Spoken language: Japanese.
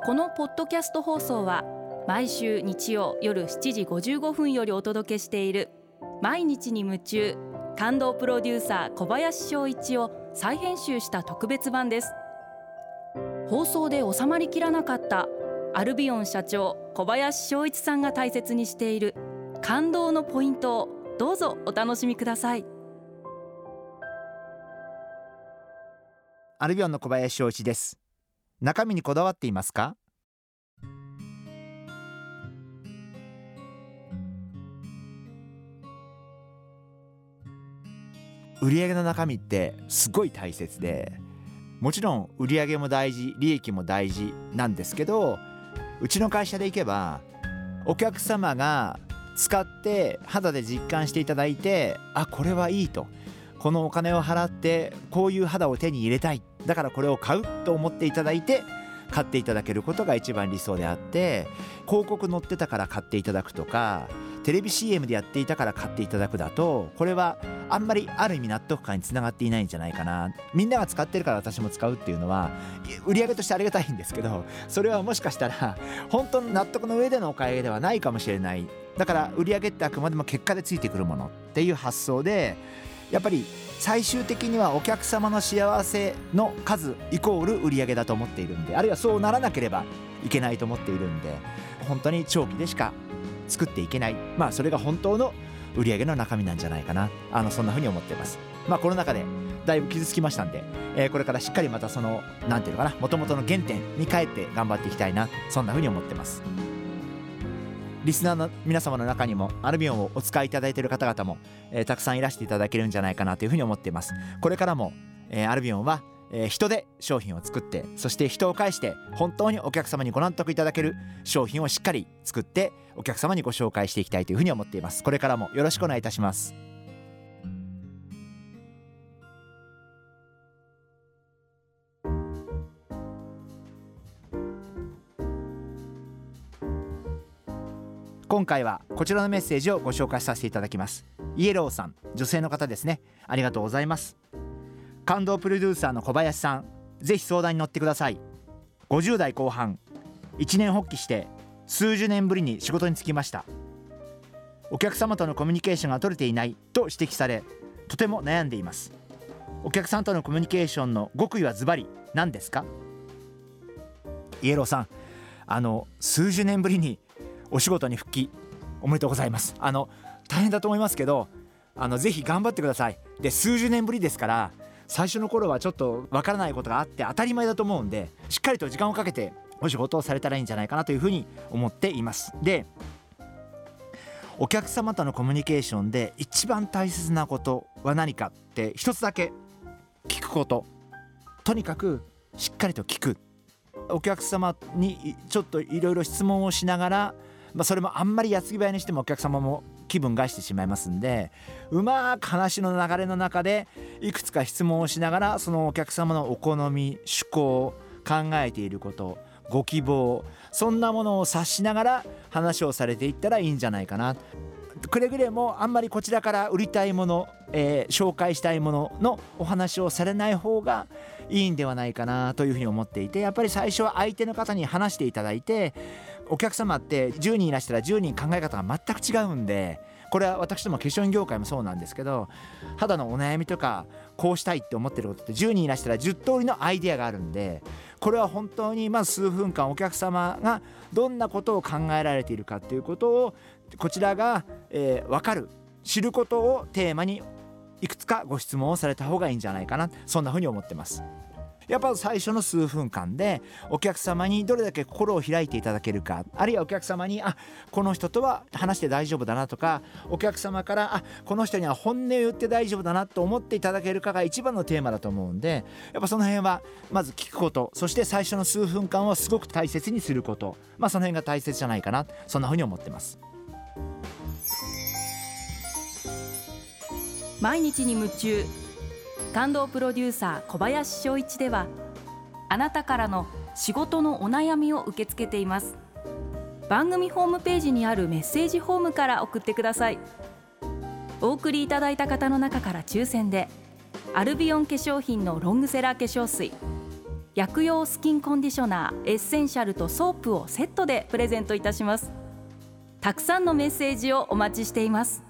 このポッドキャスト放送は毎週日曜夜7時55分よりお届けしている毎日に夢中感動プロデューサー小林翔一を再編集した特別版です。放送で収まりきらなかったアルビオン社長小林翔一さんが大切にしている感動のポイントをどうぞお楽しみください。 アルビオンの小林翔一です。中身にこだわっていますか？売上の中身ってすごい大切で、もちろん売上も大事、利益も大事なんですけど、うちの会社でいけばお客様が使って肌で実感していただいて、あ、これはいいと、このお金を払ってこういう肌を手に入れたい、だからこれを買うと思っていただいて買っていただけることが一番理想であって、広告載ってたから買っていただくとか、テレビ CM でやっていたから買っていただくだと、これはあんまりある意味納得感につながっていないんじゃないかな。みんなが使ってるから私も使うっていうのは売り上げとしてありがたいんですけど、それはもしかしたら本当に納得の上でのお買い上げではないかもしれない。だから売り上げってあくまでも結果でついてくるものっていう発想で、やっぱり最終的にはお客様の幸せの数イコール売り上げだと思っているんで、あるいはそうならなければいけないと思っているんで、本当に長期でしか作っていけない、それが本当の売り上げの中身なんじゃないかな、そんな風に思っています。コロナ禍でだいぶ傷つきましたんで、これからしっかりまたそのなんていうのかな、元々の原点に帰って頑張っていきたいな、そんな風に思ってます。リスナーの皆様の中にもアルビオンをお使いいただいている方々も、たくさんいらしていただけるんじゃないかなというふうに思っています。これからも、アルビオンは、人で商品を作って、そして人を介して本当にお客様にご納得いただける商品をしっかり作ってお客様にご紹介していきたいというふうに思っています。これからもよろしくお願いいたします。今回はこちらのメッセージをご紹介させていただきます。イエローさん、女性の方ですね。ありがとうございます。感動プロデューサーの小林さん、ぜひ相談に乗ってください。50代後半、一年発起して数十年ぶりに仕事に就きました。お客様とのコミュニケーションが取れていないと指摘され、とても悩んでいます。お客さんとのコミュニケーションの極意はズバリ何ですか？イエローさん、数十年ぶりにお仕事に復帰おめでとうございます。大変だと思いますけど、ぜひ頑張ってください。で、数十年ぶりですから、最初の頃はちょっとわからないことがあって当たり前だと思うんで、しっかりと時間をかけてお仕事をされたらいいんじゃないかなというふうに思っています。で、お客様とのコミュニケーションで一番大切なことは何かって一つだけ、聞くこと。とにかくしっかりと聞く。お客様にちょっといろいろ質問をしながら、それもあんまり矢継ぎ早にしてもお客様も気分害してしまいますんで、うまく話の流れの中でいくつか質問をしながら、そのお客様のお好み、趣向、考えていること、ご希望、そんなものを察しながら話をされていったらいいんじゃないかな。くれぐれもあんまりこちらから売りたいもの、紹介したいもののお話をされない方がいいんではないかなというふうに思っていて、やっぱり最初は相手の方に話していただいて、お客様って10人いらしたら10人考え方が全く違うんで、これは私ども化粧品業界もそうなんですけど、肌のお悩みとかこうしたいって思ってることって10人いらしたら10通りのアイデアがあるんで、これは本当に数分間お客様がどんなことを考えられているかっていうことをこちらが、分かる、知ることをテーマにいくつかご質問をされた方がいいんじゃないかな、そんなふうに思ってます。やっぱ最初の数分間でお客様にどれだけ心を開いていただけるか、あるいはお客様にこの人とは話して大丈夫だなとか、お客様からこの人には本音を言って大丈夫だなと思っていただけるかが一番のテーマだと思うんで、やっぱその辺はまず聞くこと、そして最初の数分間をすごく大切にすること、その辺が大切じゃないかな、そんなふうに思ってます。 毎日に夢中感動プロデューサー小林翔一では、あなたからの仕事のお悩みを受け付けています。番組ホームページにあるメッセージフォームから送ってください。お送りいただいた方の中から抽選でアルビオン化粧品のロングセラー化粧水薬用スキンコンディショナーエッセンシャルとソープをセットでプレゼントいたします。たくさんのメッセージをお待ちしています。